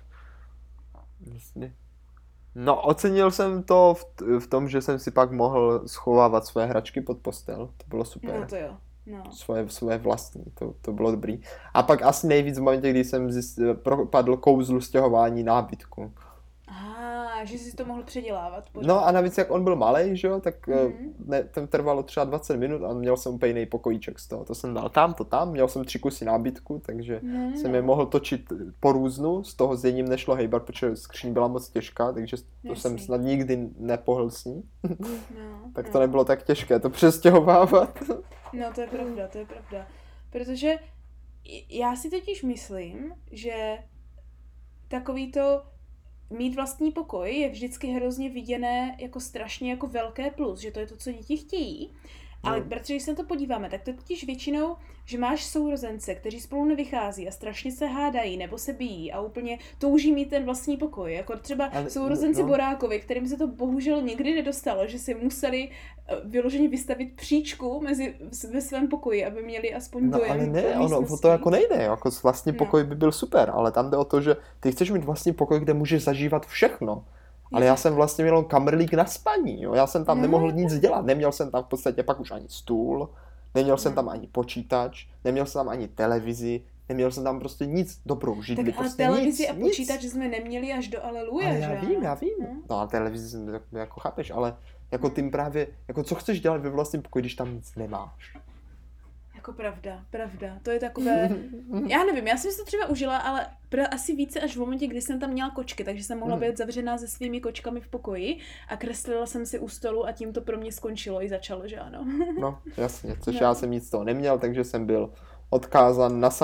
No, ocenil jsem to v tom, že jsem si pak mohl schovávat své hračky pod postel. To bylo super. No to jo. No. Svoje vlastní, to bylo dobrý. A pak asi nejvíc v momentě, kdy jsem propadl kouzlu stěhování nábytku. Že jsi to mohl předělávat. Pořád. No a navíc, jak on byl malej, že jo, tak ten trvalo třeba 20 minut a měl jsem úplně jiný pokojíček z toho. To jsem dal tam, měl jsem 3 kusy nábytku, takže jsem je mohl točit po různu, z toho s jedním nešlo hejbat, protože skříň byla moc těžká, takže to jsem snad nikdy nepohl s ní. Tak to nebylo tak těžké to přestěhovávat. No to je pravda. Protože já si totiž myslím, že takový to mít vlastní pokoj je vždycky hrozně viděné jako strašně jako velké plus, že to je to, co děti chtějí. Ale bratře, když se na to podíváme, tak to je totiž většinou, že máš sourozence, kteří spolu nevychází a strašně se hádají nebo se bijí a úplně touží mít ten vlastní pokoj. Jako třeba sourozenci Borákovi, kterým se to bohužel nikdy nedostalo, že si museli vyloženě vystavit příčku ve svém pokoji, aby měli aspoň dojem. Ale ne, to jako nejde, jako vlastní pokoj by byl super, ale tam jde o to, že ty chceš mít vlastní pokoj, kde můžeš zažívat všechno. Ale já jsem vlastně měl kamrlík na spaní, jo? Já jsem tam nemohl nic dělat, neměl jsem tam v podstatě pak už ani stůl, neměl jsem tam ani počítač, neměl jsem tam ani televizi, Neměl jsem tam prostě nic, dobrou židli. Tak ale prostě televizi nic, a počítač jsme neměli až do Aleluja, že? Já vím. No a televizi jako chápeš, ale jako tím právě, jako co chceš dělat ve vlastním pokoji, když tam nic nemáš? Jako pravda. To je takové, já nevím, já jsem si to třeba užila, ale asi více až v momentě, kdy jsem tam měla kočky, takže jsem mohla být zavřená se svými kočkami v pokoji a kreslila jsem si u stolu a tím to pro mě skončilo i začalo, že ano. No, jasně, což já jsem nic z toho neměl, takže jsem byl odkázán na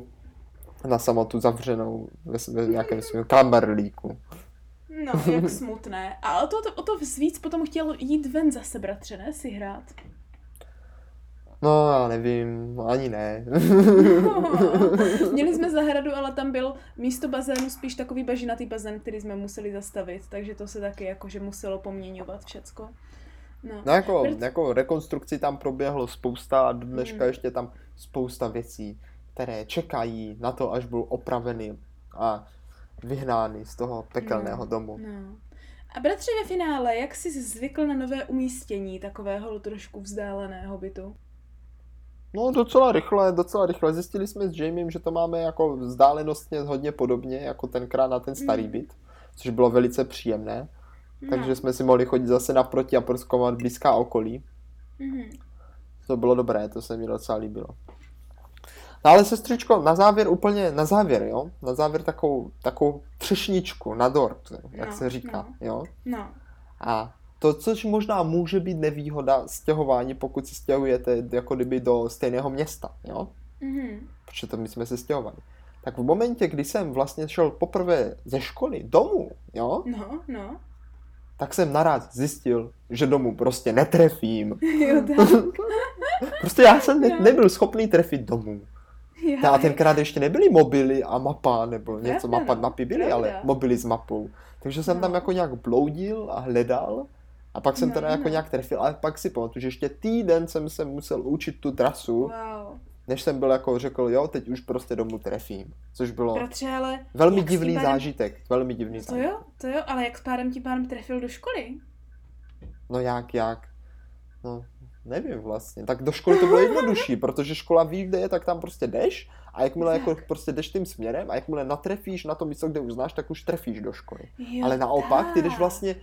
samotu zavřenou ve nějakém svém kamerlíku. No, jak smutné. A o to víc potom chtěl jít ven zase, bratře, ne? Si hrát. No, já nevím, ani ne. Měli jsme zahradu, ale tam byl místo bazénu spíš takový bažinatý bazén, který jsme museli zastavit, takže to se taky jakože muselo poměňovat všecko. No jako rekonstrukci tam proběhlo spousta a do dneška ještě tam spousta věcí, které čekají na to, až budou opraveny a vyhnány z toho pekelného domu. No. A bratře, ve finále, jak jsi zvykl na nové umístění takového trošku vzdáleného bytu? No docela rychle. Zjistili jsme s Jamiem, že to máme jako vzdálenostně hodně podobně, jako tenkrát na ten starý byt, což bylo velice příjemné. Takže jsme si mohli chodit zase naproti a prozkoumat blízká okolí. To bylo dobré, to se mi docela líbilo. No ale sestřičko, na závěr, jo? Na závěr takovou třešničku na dort, jak se říká, jo? No. A to, což možná může být nevýhoda stěhování, pokud se stěhujete jako kdyby do stejného města, jo? Protože to my jsme se stěhovali. Tak v momentě, kdy jsem vlastně šel poprvé ze školy domů, jo? No. Tak jsem naraz zjistil, že domů prostě netrefím. Jo, tak. Prostě já jsem nebyl schopný trefit domů. A tenkrát ještě nebyly mobily a mapa, nebo něco, mapy byly, ale mobily s mapou. Takže jsem tam jako nějak bloudil a hledal a pak jsem teda jako nějak trefil, ale pak si pamatuju, že ještě týden jsem se musel učit tu trasu, než jsem byl jako řekl, jo, teď už prostě domů trefím, což bylo velmi divný zážitek, To jo, ale jak s pádem ti pádem trefil do školy? No jak? No, nevím vlastně. Tak do školy to bylo jednodušší, protože škola ví, kde je, tak tam prostě jdeš a jakmile jako prostě jdeš tím směrem a jakmile natrefíš na to místo, kde už znáš, tak už trefíš do školy. Jo, ale naopak, ty jdeš vlastně,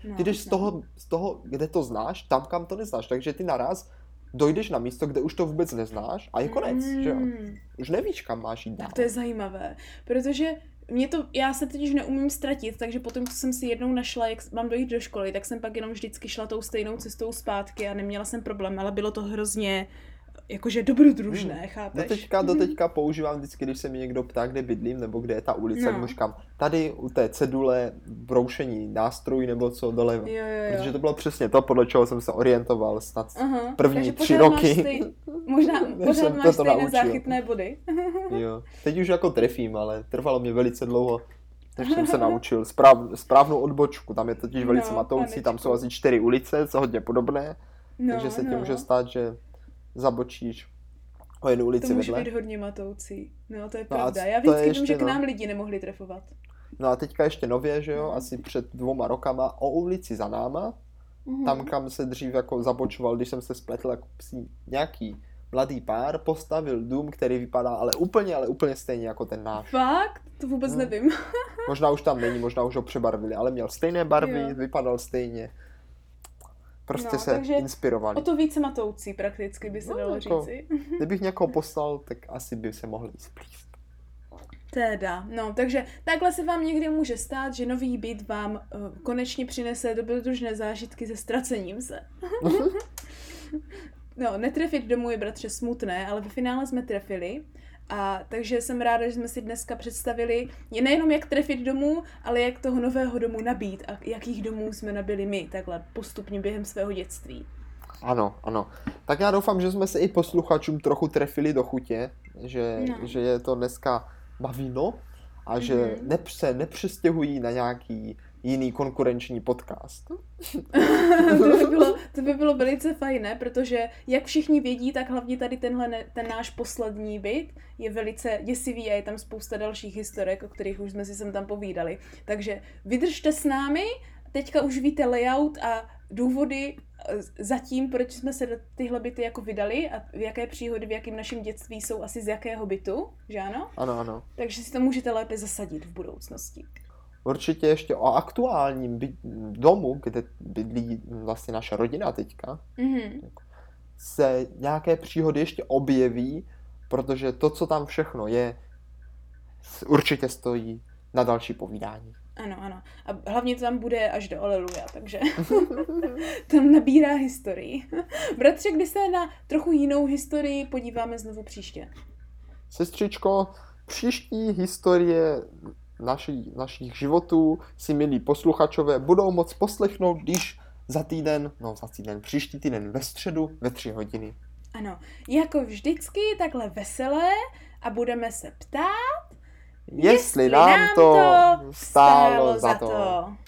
z toho, kde to znáš, tam, kam to neznáš. Takže ty naraz dojdeš na místo, kde už to vůbec neznáš a je konec, že jo? Už nevíš, kam máš jít dál. Tak to je zajímavé, protože já se totiž neumím ztratit, takže potom, co jsem si jednou našla, jak mám dojít do školy, tak jsem pak jenom vždycky šla tou stejnou cestou zpátky a neměla jsem problém, ale bylo to hrozně jakože dobrodružné, chápeš? Do teďka používám vždycky, když se mi někdo ptá, kde bydlím, nebo kde je ta ulice, tak mu říkám, tady u té cedule broušení nástroj nebo co doleva. Jo. Protože to bylo přesně to, podle čeho jsem se orientoval snad první 3 roky. Pořád máš stejné záchytné body. Jo, teď už jako trefím, ale trvalo mě velice dlouho, než jsem se naučil správnou odbočku, tam je totiž velice matoucí, tam jsou asi 4 ulice, co hodně podobné, takže se ti může stát, že zabočíš o jednu ulici vedle. To může být hodně matoucí. No, to je pravda. Já vždycky vím, že k nám lidi nemohli trefovat. No a teďka ještě nově, že jo, asi před 2 rokama o ulici za náma, tam, kam se dřív jako zabočoval, když jsem se spletl, jako nějaký mladý pár postavil dům, který vypadá ale úplně stejně jako ten náš. Fakt? To vůbec nevím. Možná už tam není, možná už ho přebarvili, ale měl stejné barvy, vypadal stejně. Prostě se inspirovali. O to více matoucí prakticky by se dalo říci. Kdybych někoho poslal, tak asi by se mohli splíst. Teda, no, takže takhle se vám někdy může stát, že nový byt vám konečně přinese dobrodružné zážitky se ztracením se. No, netrefit domů je, bratře, smutné, ale ve finále jsme trefili. A takže jsem ráda, že jsme si dneska představili nejenom jak trefit domů, ale jak toho nového domu nabít a jakých domů jsme nabili my, takhle postupně během svého dětství. Ano. Tak já doufám, že jsme se i posluchačům trochu trefili do chutě, že je to dneska bavino a že se nepřestěhují na nějaký jiný konkurenční podcast. To by bylo velice fajné, protože jak všichni vědí, tak hlavně tady ten náš poslední byt je velice děsivý a je tam spousta dalších historek, o kterých už jsme si sem tam povídali. Takže vydržte s námi, teďka už víte layout a důvody, zatím, proč jsme se do tyhle byty jako vydali a jaké příhody v jakém našem dětství jsou asi z jakého bytu, že ano? Ano, ano. Takže si to můžete lépe zasadit v budoucnosti. Určitě ještě o aktuálním domu, kde bydlí vlastně naše rodina teďka, se nějaké příhody ještě objeví, protože to, co tam všechno je, určitě stojí na další povídání. Ano, ano. A hlavně to tam bude až do Aleluja, takže tam nabírá historii. Bratře, kdy se na trochu jinou historii podíváme znovu příště? Sestřičko, příští historie našich životů si, milí posluchačové, budou moct poslechnout, když příští týden ve středu ve 3 hodiny. Ano, jako vždycky takhle veselé a budeme se ptát, jestli nám to stálo za to.